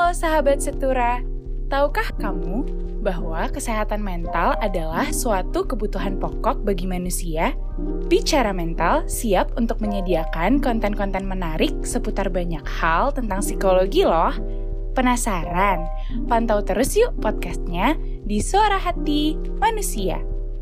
Halo sahabat Setura, tahukah kamu bahwa kesehatan mental adalah suatu kebutuhan pokok bagi manusia? Bicara Mental siap untuk menyediakan konten-konten menarik seputar banyak hal tentang psikologi loh. Penasaran? Pantau terus yuk podcastnya di Suara Hati Manusia.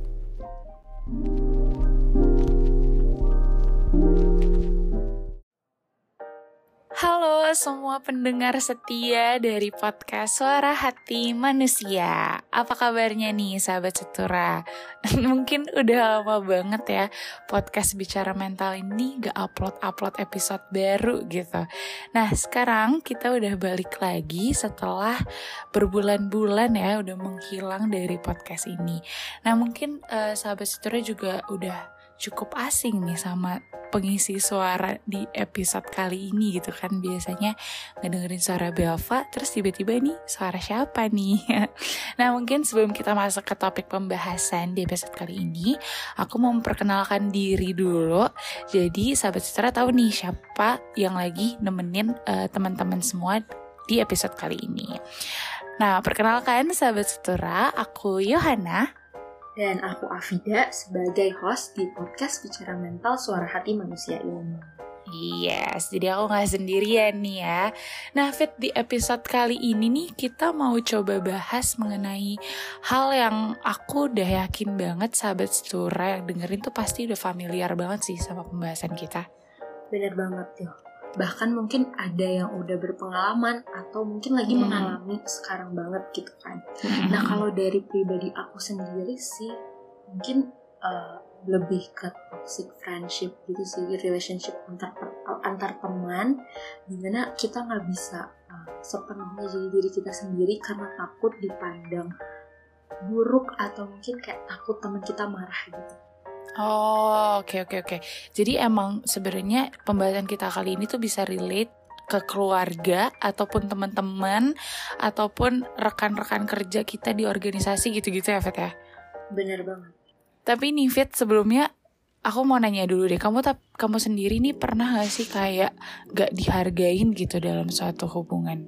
Halo semua pendengar setia dari podcast Suara Hati Manusia. Apa kabarnya nih sahabat Setura? Mungkin udah lama banget ya podcast Bicara Mental ini gak upload episode baru gitu. Nah sekarang kita udah balik lagi setelah berbulan-bulan ya udah menghilang dari podcast ini. Nah mungkin sahabat Setura juga udah cukup asing nih sama pengisi suara di episode kali ini gitu kan. Biasanya ngedengerin suara Belva, terus tiba-tiba nih suara siapa nih? Nah mungkin sebelum kita masuk ke topik pembahasan di episode kali ini, aku mau memperkenalkan diri dulu. Jadi sahabat Setura tahu nih siapa yang lagi nemenin teman-teman semua di episode kali ini. Nah perkenalkan sahabat Setura, aku Yohana. Dan aku Afida sebagai host di podcast Bicara Mental Suara Hati Manusia ini. Yes, jadi aku gak sendirian nih ya. Nah Fit, di episode kali ini nih kita mau coba bahas mengenai hal yang aku udah yakin banget sahabat Setura yang dengerin tuh pasti udah familiar banget sih sama pembahasan kita. Bener banget yo. Bahkan mungkin ada yang udah berpengalaman atau mungkin lagi mengalami sekarang banget gitu kan. Nah kalau dari pribadi aku sendiri sih mungkin lebih ke toxic friendship gitu sih, relationship antar teman, dimana kita nggak bisa sepenuhnya jadi diri kita sendiri karena takut dipandang buruk atau mungkin kayak takut teman kita marah gitu. Oh, oke. Jadi emang sebenarnya pembahasan kita kali ini tuh bisa relate ke keluarga ataupun teman-teman ataupun rekan-rekan kerja kita di organisasi gitu-gitu ya, Fit ya? Bener banget. Tapi nih, Fit, sebelumnya aku mau nanya dulu deh. Kamu sendiri nih pernah gak sih kayak gak dihargain gitu dalam suatu hubungan?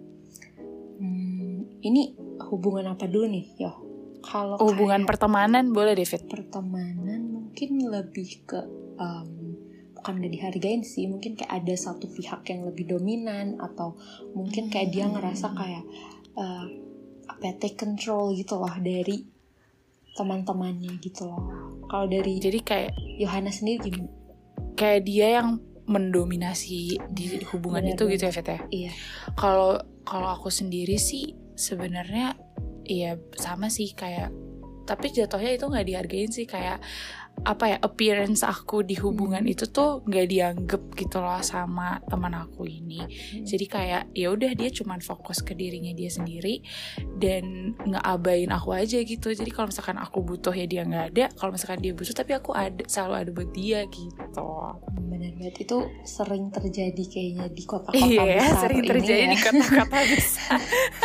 Ini hubungan apa dulu nih, Yo? Kalau hubungan pertemanan boleh deh, Fit. Pertemanan mungkin lebih ke bukan gak dihargain sih, mungkin kayak ada satu pihak yang lebih dominan atau mungkin kayak dia ngerasa kayak take control gitu loh dari teman-temannya gitu loh. Kalau dari jadi kayak Yohana sendiri gimana? Kayak dia yang mendominasi di hubungan itu gitu ya, Fit ya? Iya. Kalau aku sendiri sih sebenarnya iya sama sih kayak, tapi jatuhnya itu nggak dihargain sih, kayak apa ya, appearance aku di hubungan itu tuh nggak dianggap gitu loh sama teman aku ini. Jadi kayak ya udah dia cuman fokus ke dirinya dia sendiri dan ngeabain aku aja gitu. Jadi kalau misalkan aku butuh ya dia nggak ada, kalau misalkan dia butuh tapi aku selalu ada buat dia gitu. Benar banget, itu sering terjadi kayaknya di kota-kota besar. Iya, sering terjadi ya. di kota-kota besar.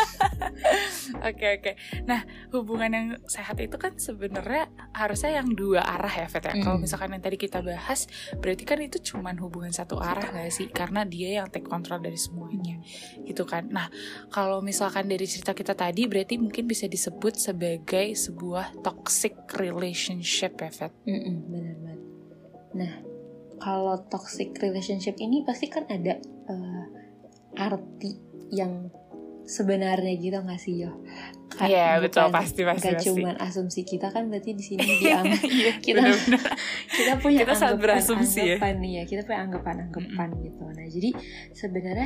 Oke. Nah, hubungan yang sehat itu kan sebenarnya harusnya yang dua arah ya, Fet ya. Kalau misalkan yang tadi kita bahas, berarti kan itu cuman hubungan satu arah nggak sih? Karena dia yang take control dari semuanya, gitu kan. Nah, kalau misalkan dari cerita kita tadi, berarti mungkin bisa disebut sebagai sebuah toxic relationship ya, Fet. Benar banget. Nah, kalau toxic relationship ini pasti kan ada arti yang sebenarnya gitu nggak sih Yo? Iya betul, pasti. Gak cuman asumsi kita kan, berarti di sini dianggap kita punya kita anggapan nih ya, kita punya anggapan gitu. Nah jadi sebenarnya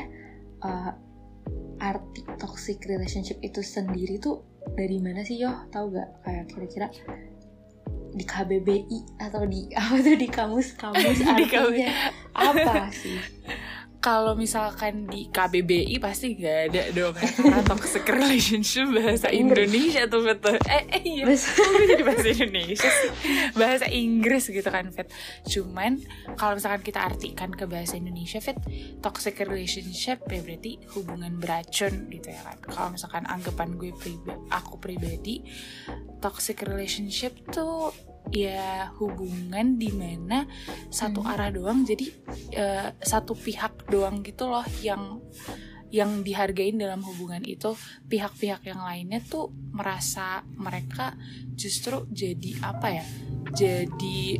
arti toxic relationship itu sendiri tuh dari mana sih Yo? Tahu gak? Kayak kira-kira di KBBI atau di apa tuh, di kamus artinya apa sih? Kalau misalkan di KBBI pasti gak ada dong ya, karena toxic relationship bahasa Indonesia tuh betul. Iya, jadi bahasa Indonesia sih, bahasa Inggris gitu kan, Fit. Cuman kalau misalkan kita artikan ke bahasa Indonesia, Fit, toxic relationship ya berarti hubungan beracun gitu ya kan. Kalau misalkan anggapan aku pribadi, toxic relationship tuh ya hubungan dimana satu arah doang, jadi satu pihak doang gitu loh yang yang dihargain dalam hubungan itu pihak-pihak yang lainnya tuh merasa mereka justru jadi apa ya, jadi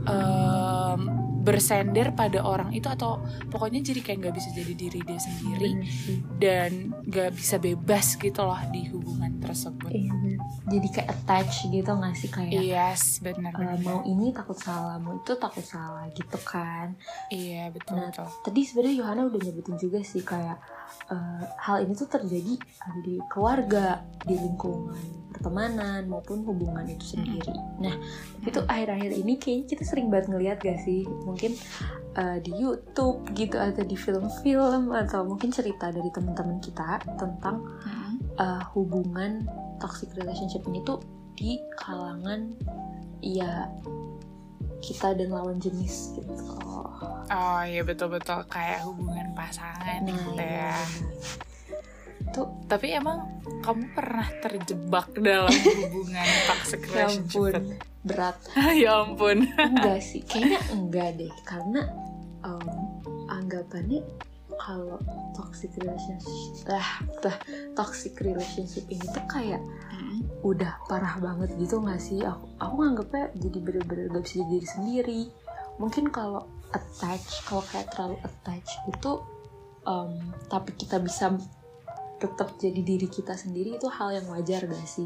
bersender pada orang itu, atau pokoknya jadi kayak nggak bisa jadi diri dia sendiri dan nggak bisa bebas gitu loh di hubungan tersebut. Iya, jadi kayak attach gitu nggak sih, kayak yes, benar. mau ini takut salah, mau itu takut salah gitu kan. Iya, betul. Tadi sebenarnya Yohana udah nyebutin juga sih kayak hal ini tuh terjadi ada di keluarga, di lingkungan pertemanan maupun hubungan itu sendiri. Nah, itu akhir-akhir ini kayaknya kita sering banget ngeliat gak sih, mungkin di YouTube gitu atau di film-film atau mungkin cerita dari teman-teman kita tentang hubungan toxic relationship ini tuh di kalangan ya kita dan lawan jenis gitu. Oh iya, betul-betul kayak hubungan pasangan gitu ya. Tuh, tapi emang kamu pernah terjebak dalam hubungan toxic relationship? Ya ampun, berat. Ya ampun. Enggak sih, kayaknya enggak deh, karena anggapannya kalau toxic relationship ini tuh kayak udah parah banget gitu nggak sih? Aku nganggapnya jadi bener-bener gak bisa jadi diri sendiri. Mungkin kalau kayak terlalu attach gitu, tapi kita bisa tetap jadi diri kita sendiri, itu hal yang wajar gak sih?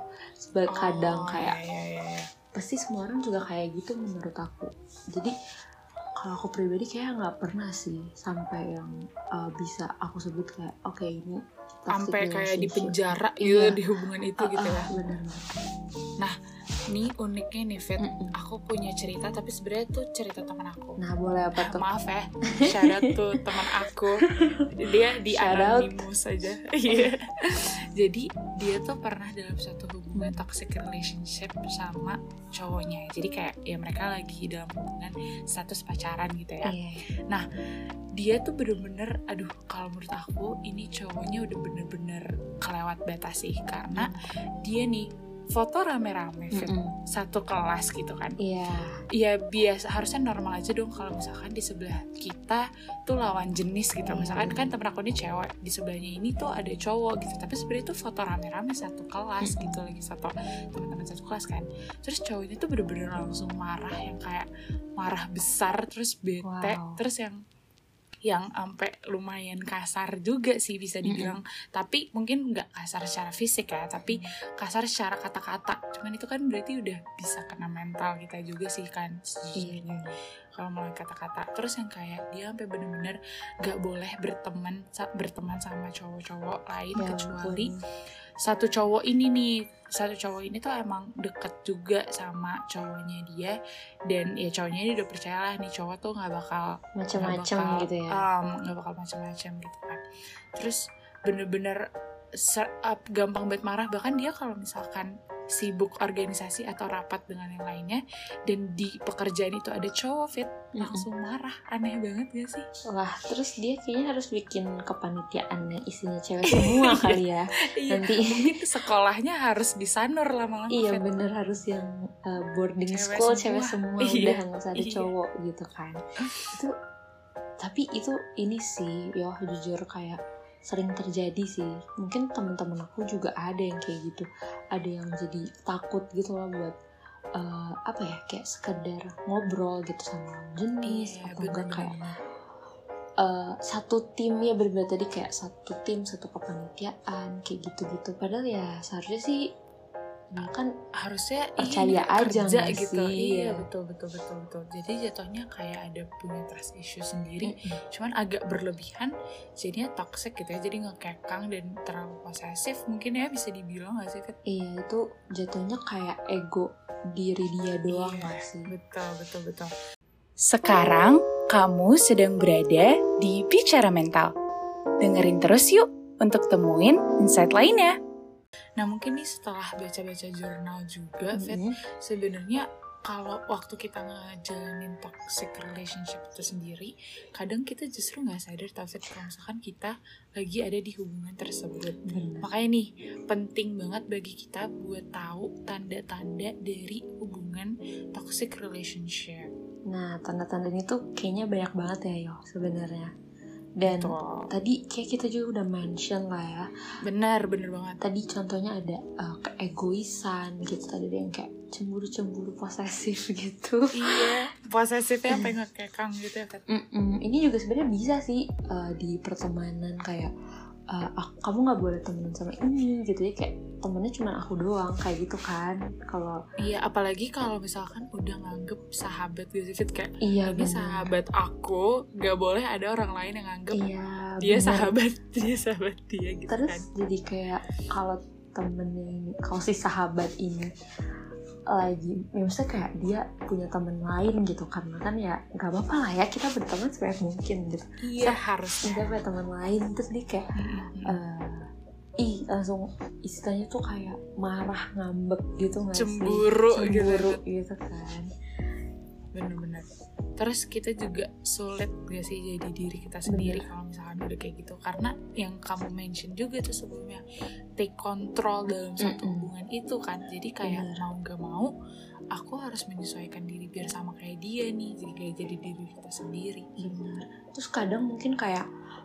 Kadang kayak pasti semua orang juga kayak gitu menurut aku. Jadi kalau aku pribadi kayak nggak pernah sih sampai yang bisa aku sebut kayak oke, ini sampai kayak di penjara gitu di hubungan itu gitu ya. Benar. Nah, ini uniknya nih Fit, aku punya cerita tapi sebenarnya tuh cerita teman aku. Nah, boleh apa tuh? Maaf ya, shout out tuh teman aku, dia di anonimus saja. Iya. Jadi dia tuh pernah dalam satu hubungan toxic relationship sama cowoknya. Jadi kayak ya mereka lagi dalam hubungan status pacaran gitu ya. Nah, dia tuh bener-bener, kalau menurut aku ini cowoknya udah bener-bener kelewat batas sih, karena dia nih foto rame-rame satu kelas gitu kan. Iya biasa, harusnya normal aja dong kalau misalkan di sebelah kita tuh lawan jenis gitu. Misalkan kan temen aku ini cewek, di sebelahnya ini tuh ada cowok gitu, tapi sebenarnya tuh foto rame-rame satu kelas gitu, lagi teman-teman satu kelas kan. Terus cowoknya tuh bener-bener langsung marah, yang kayak marah besar, terus bete, terus yang sampai lumayan kasar juga sih bisa dibilang. Tapi mungkin nggak kasar secara fisik ya, tapi kasar secara kata-kata. Cuman itu kan berarti udah bisa kena mental kita juga sih kan sejujurnya kalau mulai kata-kata. Terus yang kayak dia sampai bener-bener nggak boleh berteman sama cowok-cowok lain kecuali satu cowok ini tuh emang deket juga sama cowoknya dia, dan ya cowoknya ini udah percaya lah nih cowok tuh nggak bakal macam-macam gitu ya, nggak bakal macam-macam gitu kan. Terus bener-bener gampang banget marah, bahkan dia kalau misalkan sibuk organisasi atau rapat dengan yang lainnya dan di pekerjaan itu ada cowok Fit, langsung marah. Aneh banget gak sih? Wah, terus dia kayaknya harus bikin kepanitiaan yang isinya cewek semua kali ya. Nanti mungkin sekolahnya harus disanur lama-lama. Iya bener, harus yang boarding school cewek semua udah nggak usah ada cowok gitu kan. Tapi itu ini sih jujur kayak sering terjadi sih. Mungkin teman-teman aku juga ada yang kayak gitu, ada yang jadi takut gitu loh buat kayak sekedar ngobrol gitu sama jenis, atau enggak kayak satu tim ya, berbeda tadi kayak satu tim, satu kepanitiaan kayak gitu-gitu. Padahal ya seharusnya sih ya kan harusnya percaya aja kerja gitu. Iya betul. Jadi jatuhnya kayak ada punya trust issue sendiri, cuman agak berlebihan, jadinya toxic gitu ya. Jadi ngekekang dan terlalu posesif mungkin ya, bisa dibilang nggak sih Fit? Iya, itu jatuhnya kayak ego diri dia doang nggak sih? Betul. Sekarang kamu sedang berada di Bicara Mental. Dengerin terus yuk untuk temuin insight lainnya. Nah, mungkin nih setelah baca-baca jurnal juga, Fit, sebenarnya kalau waktu kita ngejalanin toxic relationship itu sendiri, kadang kita justru nggak sadar tau Fit, kalau misalkan kita lagi ada di hubungan tersebut. Makanya nih penting banget bagi kita buat tahu tanda-tanda dari hubungan toxic relationship. Nah, tanda-tanda ini tuh kayaknya banyak banget ya sebenarnya. Dan Betul. tadi kayak kita juga udah mention lah ya. Bener banget. Tadi contohnya ada keegoisan gitu. Tadi ada yang kayak cemburu posesif gitu. Iya, posesifnya sampai ngekekang gitu ya, Fet. Ini juga sebenarnya bisa sih di pertemanan kayak kamu nggak boleh temenan sama ini gitu ya, kayak temennya cuma aku doang kayak gitu kan. Kalau iya, apalagi kalau misalkan udah nganggep sahabat gitu, Fit, kayak iya, ini sahabat aku, nggak boleh ada orang lain yang nganggep dia bener. sahabat dia gitu. Terus kan. jadi kayak kalau temennya ini, kalau si sahabat ini lagi, maksudnya kayak dia punya temen lain gitu, karena kan ya nggak apa-apa lah ya, kita berteman sebanyak mungkin gitu. Iya, harusnya. Dia punya teman lain, terus dia kayak langsung istilahnya tuh kayak marah, ngambek gitu nggak sih? Cemburu gitu kan. Bener-bener. Terus kita juga sulit gak sih jadi diri kita sendiri kalau misalkan udah kayak gitu, karena yang kamu mention juga tuh sebelumnya, take control dalam satu hubungan itu kan. Jadi kayak mau gak mau aku harus menyesuaikan diri biar sama kayak dia nih, jadi kayak jadi diri kita sendiri. Benar. Terus kadang mungkin kayak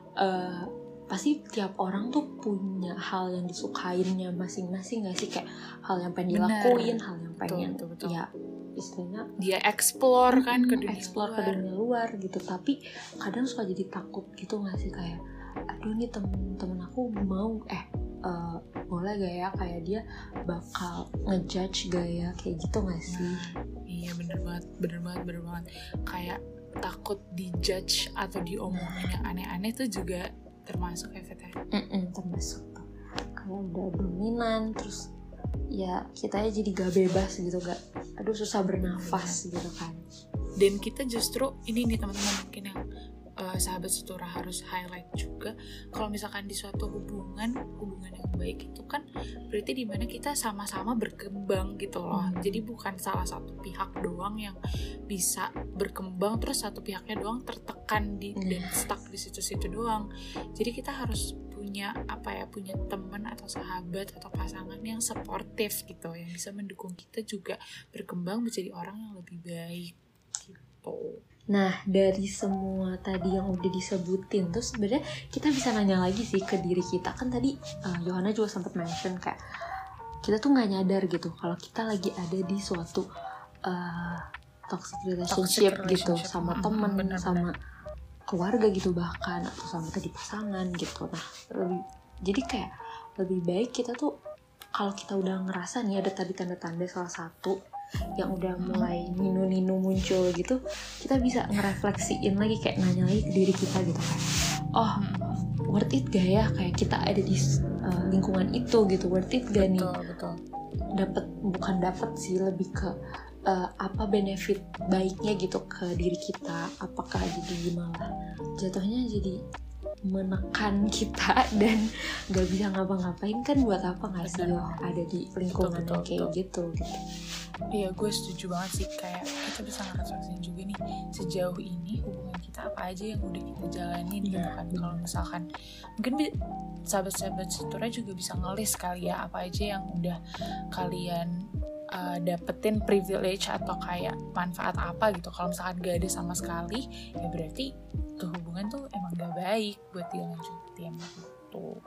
pasti tiap orang tuh punya hal yang disukainnya masing-masing gak sih, kayak hal yang pengen dilakuin, hal yang pengen betul. Ya istilahnya dia explore kan ke dunia luar gitu. Tapi kadang suka jadi takut gitu gak sih, kayak aduh nih temen aku mau boleh gak ya, kayak dia bakal ngejudge gak ya, kayak gitu gak sih? Iya, bener banget. Kayak takut dijudge atau diomongin yang aneh-aneh tuh juga termasuk ya, Fet ya? Termasuk tuh. Kayak udah dominan, terus ya kita aja jadi gak bebas gitu, aduh susah bernafas gitu kan. Dan kita justru ini nih teman-teman, mungkin yang sahabat setura harus highlight juga, kalau misalkan di suatu hubungan yang baik itu kan berarti dimana kita sama-sama berkembang gitu loh. Jadi bukan salah satu pihak doang yang bisa berkembang, terus satu pihaknya doang tertekan dan stuck di situ-situ doang. Jadi kita harus punya teman atau sahabat atau pasangan yang suportif gitu, yang bisa mendukung kita juga berkembang menjadi orang yang lebih baik gitu. Nah, dari semua tadi yang udah disebutin, terus sebenarnya kita bisa nanya lagi sih ke diri kita. Kan tadi Johanna juga sempat mention kayak kita tuh nggak nyadar gitu kalau kita lagi ada di suatu toxic relationship gitu, sama temen, sama keluarga gitu bahkan, atau sama tadi pasangan gitu. Nah, jadi kayak lebih baik kita tuh kalau kita udah ngerasa nih ada tadi tanda-tanda salah satu yang udah mulai ninu muncul gitu, kita bisa ngerefleksiin lagi, kayak nanya lagi ke diri kita gitu kayak, worth it gak ya kayak kita ada di lingkungan itu gitu, worth it gak nih? Betul. Dapat sih, lebih ke apa benefit baiknya gitu ke diri kita, apakah jadi malah jatuhnya jadi menekan kita dan gak bisa ngapa-ngapain, kan buat apa gak sih ada di lingkungan yang kayak gitu. Iya, gue setuju banget sih, kayak kita bisa ngerefleksiin juga nih sejauh ini hubungan kita apa aja yang udah kita jalanin gitu kan. Kalau misalkan mungkin sahabat-sahabat setura juga bisa ngelis kali ya apa aja yang udah kalian dapetin privilege atau kayak manfaat apa gitu. Kalau misalkan gak ada sama sekali, ya berarti tuh hubungan tuh emang gak baik buat dilanjutin gitu.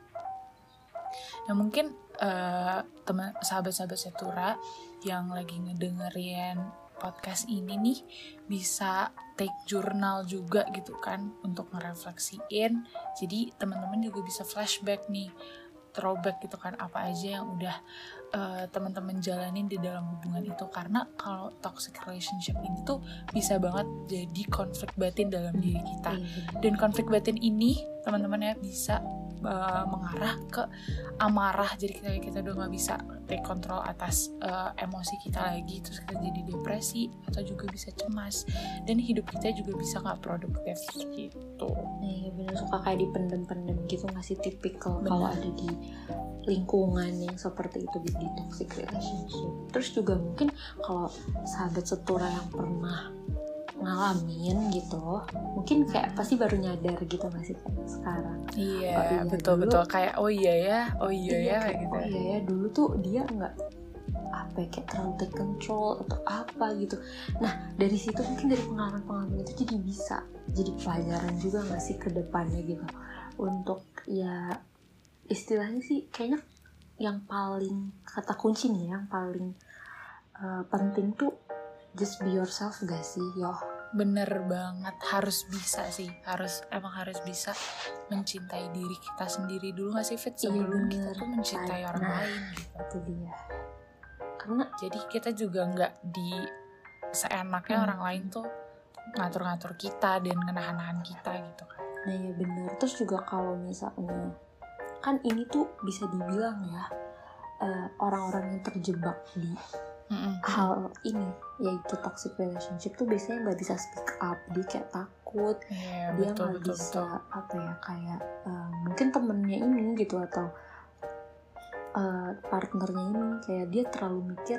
Nah, mungkin teman sahabat-sahabat setura yang lagi ngedengerin podcast ini nih bisa take journal juga gitu kan untuk ngerefleksiin. Jadi teman-teman juga bisa flashback nih, throwback gitu kan, apa aja yang udah teman-teman jalanin di dalam hubungan itu. Karena kalau toxic relationship ini tuh bisa banget jadi konflik batin dalam diri kita. Dan konflik batin ini teman-teman ya bisa mengarah ke amarah. Jadi kita udah gak bisa take control atas emosi kita lagi, terus kita jadi depresi atau juga bisa cemas, dan hidup kita juga bisa gak produktif gitu. Iya bener, suka kayak dipendem-pendem gitu, gak sih tipikal kalau ada di lingkungan yang seperti itu, di toxic relationship. Terus juga mungkin kalau sahabat setura yang pernah ngalamin gitu, mungkin kayak pasti baru nyadar gitu gak sih kayak sekarang. Iya, betul kayak oh iya ya gitu. Oh iya ya, dulu tuh dia nggak apa ya, kayak terlalu take control atau apa gitu. Nah dari situ mungkin dari pengalaman itu jadi pelajaran juga nggak sih ke depannya gitu, untuk ya istilahnya sih kayaknya yang paling kata kunci nih, yang paling penting tuh just be yourself gak sih yo. Bener banget, harus bisa sih, emang harus bisa mencintai diri kita sendiri dulu gak sih Fit, sebelum kita tuh mencintai orang lain gitu. Itu dia, karena jadi kita juga nggak di seenaknya orang lain tuh ngatur-ngatur kita dan ngenahan-nahan kita gitu kan. Nah ya benar. Terus juga kalau misalnya kan ini tuh bisa dibilang ya orang-orang yang terjebak di hal ini, yaitu toxic relationship tuh biasanya nggak bisa speak up, dia kayak takut, dia nggak bisa apa ya, kayak mungkin temennya ini gitu atau partnernya ini kayak dia terlalu mikir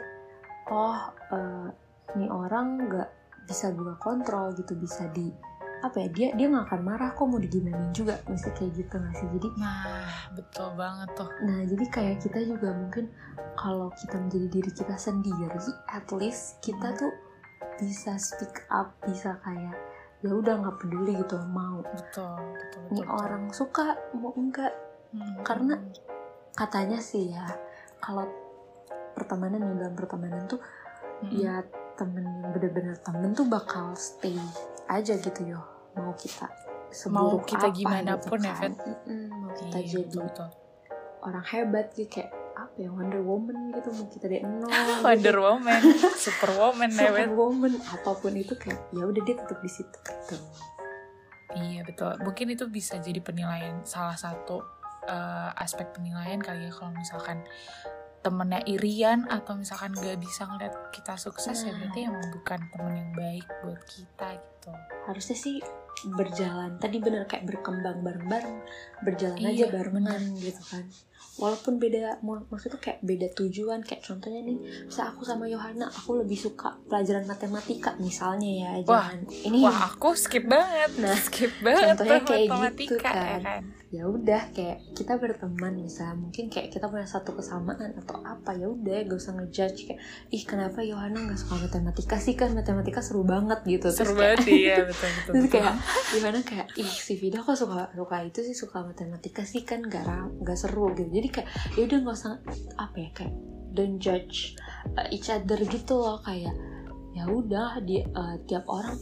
ini orang nggak bisa gue kontrol gitu, bisa di apa ya, dia nggak akan marah kok mau digimanain juga, mesti kayak gitu nggak sih. Jadi betul banget tuh. Nah jadi kayak kita juga mungkin kalau kita menjadi diri kita sendiri, at least kita tuh bisa speak up, bisa kayak ya udah nggak peduli gitu, mau betul, ini orang suka mau enggak. Karena katanya sih ya, kalau pertemanan ya, dalam pertemanan tuh ya temen yang benar-benar temen tuh bakal stay aja gitu yo, mau kita seburuk mau kita apa gimana gitu pun kan. Ya Fit, mau kita jadi betul. Orang hebat gitu, kayak apa ya, Wonder Woman gitu, mau kita dari nol Wonder gitu. Woman, Superwoman Superwoman apapun itu kayak ya udah dia tetap di situ gitu. Iya betul, mungkin itu bisa jadi penilaian, salah satu aspek penilaian kali ya, kalau misalkan temennya irian atau misalkan gak bisa ngeliat kita sukses ya berarti emang bukan temen yang baik buat kita gitu. Harusnya sih berjalan, tadi bener kayak berkembang bareng-bareng, berjalan aja barengan gitu kan, walaupun beda, maksudnya kayak beda tujuan. Kayak contohnya nih, misal aku sama Yohana, aku lebih suka pelajaran matematika misalnya ya, wah aku skip banget. Skip banget contohnya kayak matematika, gitu kan. Ya udah kayak kita berteman misalnya, mungkin kayak kita punya satu kesamaan atau apa, ya udah gak usah ngejudge kayak kenapa Yohana nggak suka matematika sih, kan matematika seru banget gitu. Seru banget ya, betul. Terus kayak Yohana kayak si Vida kok suka itu sih, suka matematika sih kan nggak seru gitu. Jadi kayak ya udah nggak usah apa ya, kayak don't judge each other gitu loh, kayak ya udah tiap orang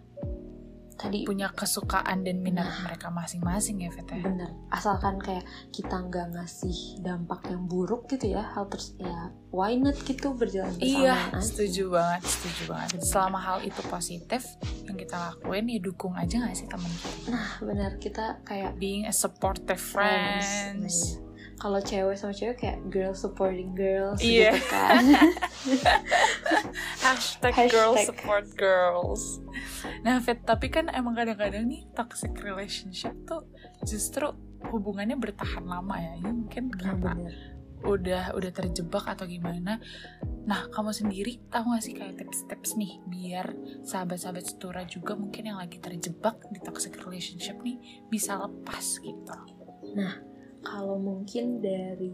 punya kesukaan dan minat mereka masing-masing ya Vete. Bener, asalkan kayak kita nggak ngasih dampak yang buruk gitu ya, hal terus ya why not gitu, berjalan bersamaan. Iya, setuju banget. Selama hal itu positif yang kita lakuin, ya dukung aja nggak sih teman kita. Nah bener, kita kayak being a supportive friends. Kalau cewek sama cewek kayak girl supporting girls gitu kan. Hashtag girl support girls. Nah Fit, tapi kan emang kadang-kadang nih toxic relationship tuh justru hubungannya bertahan lama ya. Ini mungkin karena udah terjebak atau gimana. Nah kamu sendiri tahu gak sih kayak tips-tips nih biar sahabat-sahabat Setura juga mungkin yang lagi terjebak di toxic relationship nih bisa lepas gitu. Nah kalau mungkin dari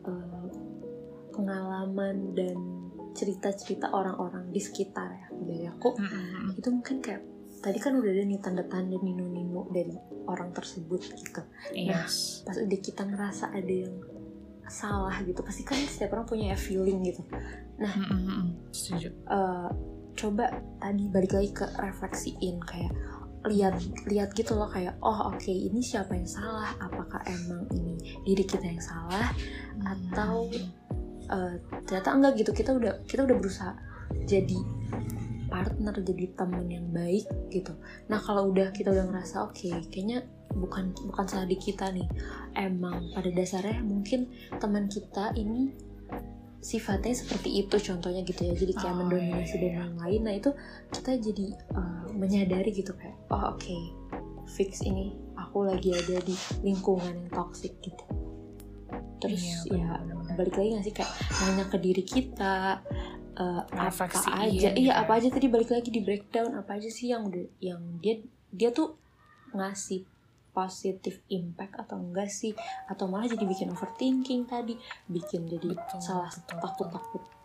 pengalaman dan cerita-cerita orang-orang di sekitar ya, dari aku itu mungkin kayak tadi kan udah ada nih tanda-tanda nino-nino dari orang tersebut gitu. Nah pas udah kita ngerasa ada yang salah gitu, pasti kan setiap orang punya feeling gitu. Nah setuju. Coba tadi balik lagi ke refleksiin, kayak lihat gitu loh, kayak oke, ini siapa yang salah, apakah emang ini diri kita yang salah atau ternyata enggak gitu, kita udah berusaha jadi partner, jadi teman yang baik gitu. Nah kalau kita udah ngerasa kayaknya bukan salah di kita nih, emang pada dasarnya mungkin teman kita ini sifatnya seperti itu contohnya gitu ya, jadi kayak mendominasi dan yang lain. Nah itu kita jadi menyadari gitu kayak oke, fix ini aku lagi ada di lingkungan yang toxic gitu. Terus balik lagi nggak sih kayak nanya ke diri kita apa aja tadi, balik lagi di breakdown apa aja sih yang dia tuh ngasih positive impact atau enggak sih, atau malah jadi bikin overthinking tadi, bikin jadi takut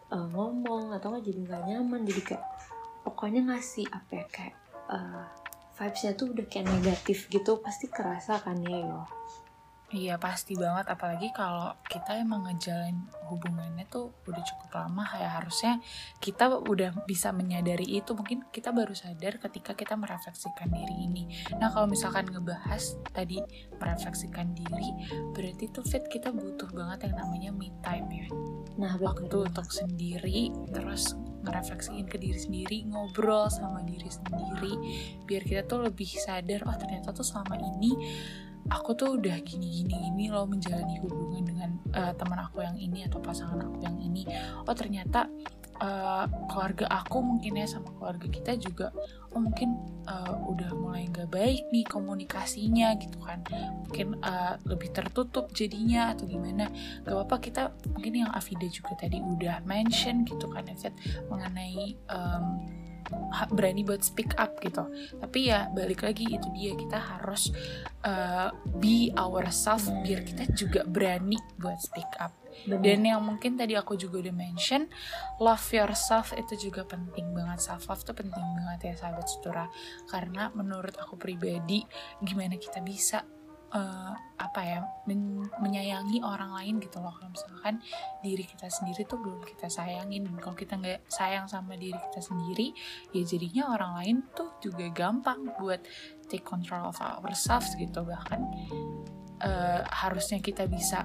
ngomong atau nggak jadi nggak nyaman, jadi kayak pokoknya ngasih apa ya, kayak vibes-nya tuh udah kayak negatif gitu, pasti kerasa kan ya yo. Iya pasti banget, apalagi kalau kita emang ngejalin hubungannya tuh udah cukup lama ya, harusnya kita udah bisa menyadari itu. Mungkin kita baru sadar ketika kita merefleksikan diri ini. Nah kalau misalkan ngebahas tadi merefleksikan diri, berarti tuh Fit, kita butuh banget yang namanya me time ya. Nah, waktu untuk sendiri, terus ngerefleksiin ke diri sendiri, ngobrol sama diri sendiri, biar kita tuh lebih sadar, oh ternyata tuh selama ini aku tuh udah gini loh menjalani hubungan dengan teman aku yang ini atau pasangan aku yang ini. Oh ternyata keluarga aku mungkin ya sama keluarga kita juga mungkin udah mulai gak baik nih komunikasinya gitu kan, mungkin lebih tertutup jadinya atau gimana. Gak apa-apa, kita mungkin yang Afida juga tadi udah mention gitu kan Effet, mengenai berani buat speak up gitu. Tapi ya balik lagi, itu dia, kita harus be ourselves biar kita juga berani buat speak up. Dan yang mungkin tadi aku juga udah mention, love yourself itu juga penting banget. Self love tuh penting banget ya sahabat Setura, karena menurut aku pribadi, gimana kita bisa menyayangi orang lain gitu loh, kalau misalkan diri kita sendiri tuh belum kita sayangin. Kalau kita nggak sayang sama diri kita sendiri, ya jadinya orang lain tuh juga gampang buat take control of ourselves gitu. Bahkan harusnya kita bisa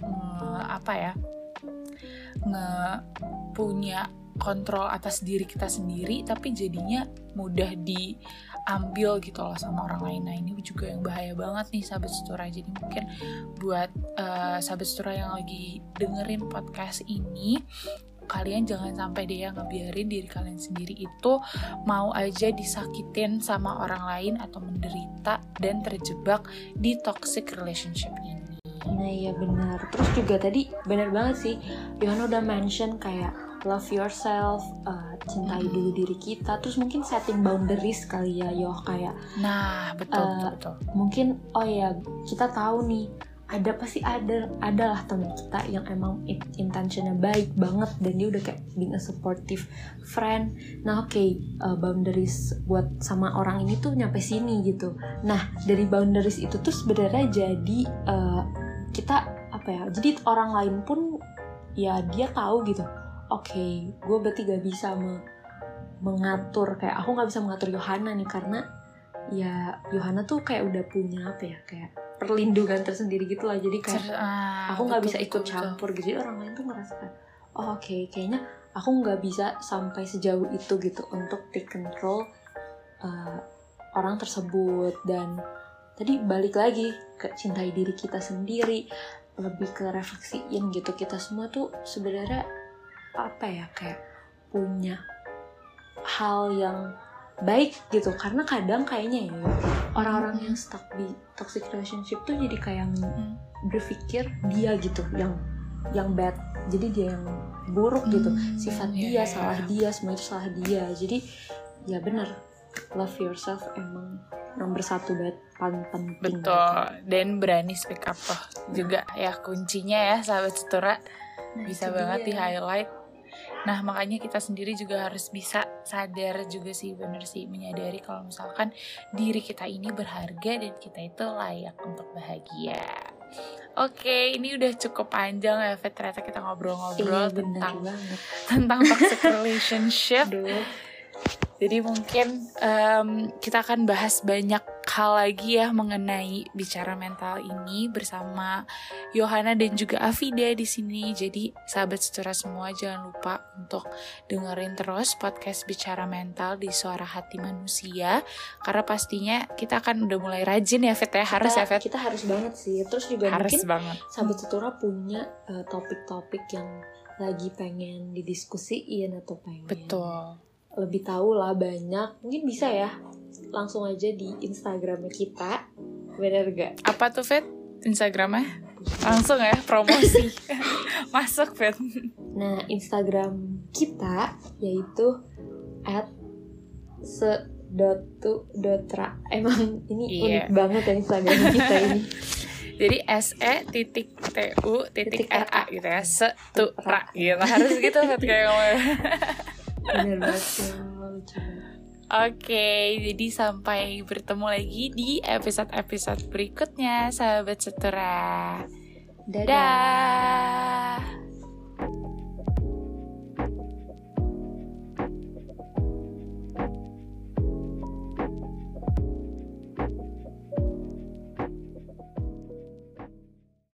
punya kontrol atas diri kita sendiri, tapi jadinya mudah diambil gitu loh sama orang lain. Nah ini juga yang bahaya banget nih sahabat Setura. Jadi mungkin buat sahabat Setura yang lagi dengerin podcast ini, kalian jangan sampai deh ya ngebiarin diri kalian sendiri itu mau aja disakitin sama orang lain atau menderita dan terjebak di toxic relationship ini. Nah iya benar. Terus juga tadi benar banget sih, Yohana udah mention kayak love yourself, cintai dulu diri kita. Terus mungkin setting boundaries kali ya Yoh, kayak nah betul. Mungkin kita tahu nih, pasti adalah teman kita yang emang intentionnya baik banget dan dia udah kayak being a supportive friend. Nah boundaries buat sama orang ini tuh nyampe sini gitu. Nah dari boundaries itu tuh sebenarnya jadi kita jadi orang lain pun ya dia tahu gitu, gue berarti gak bisa mengatur, kayak aku gak bisa mengatur Yohana nih, karena ya Yohana tuh kayak udah punya kayak perlindungan tersendiri gitu lah. Jadi kayak aku gak bisa ikut campur gitu. Jadi orang lain tuh ngerasa kayaknya aku gak bisa sampai sejauh itu gitu untuk take control orang tersebut. Dan tadi balik lagi ke cintai diri kita sendiri, lebih ke refleksiin gitu, kita semua tuh sebenarnya kayak punya hal yang baik gitu. Karena kadang kayaknya ya orang-orang yang stuck di toxic relationship tuh jadi kayak berpikir dia gitu yang bad, jadi dia yang buruk gitu, sifat dia, salah dia, semua itu salah dia. Jadi ya benar, love yourself emang nomor satu banget, paling penting. Betul, dan berani speak up juga ya kuncinya ya sahabat Setura. Bisa banget di highlight. Nah makanya kita sendiri juga harus bisa sadar juga sih, bener sih, menyadari kalau misalkan diri kita ini berharga dan kita itu layak untuk bahagia. Oke, ini udah cukup panjang ya Fet, ternyata kita ngobrol-ngobrol tentang toxic relationship. Jadi mungkin kita akan bahas banyak hal lagi ya mengenai bicara mental ini bersama Yohana dan juga Afida di sini. Jadi sahabat Setura semua jangan lupa untuk dengerin terus podcast Bicara Mental di Suara Hati Manusia, karena pastinya kita akan udah mulai rajin ya Fet ya. Harus ya Fet. Kita harus banget sih. Terus juga harus mungkin banget. Sahabat Setura punya topik-topik yang lagi pengen didiskusiin atau pengen lebih tahu lah banyak, mungkin bisa ya langsung aja di Instagramnya kita. Bener gak? Apa tuh Fet Instagramnya? Langsung ya promosi. Masuk Fet. Nah Instagram kita yaitu @se.tu.dotra. Emang ini unik banget ya Instagram kita ini. Jadi SE.TU.RA gitu ya, setura gitu. Harus gitu kayak ngomong. Bener banget ya. Oke, jadi sampai bertemu lagi di episode-episode berikutnya, sahabat setura. Dadah. Dah.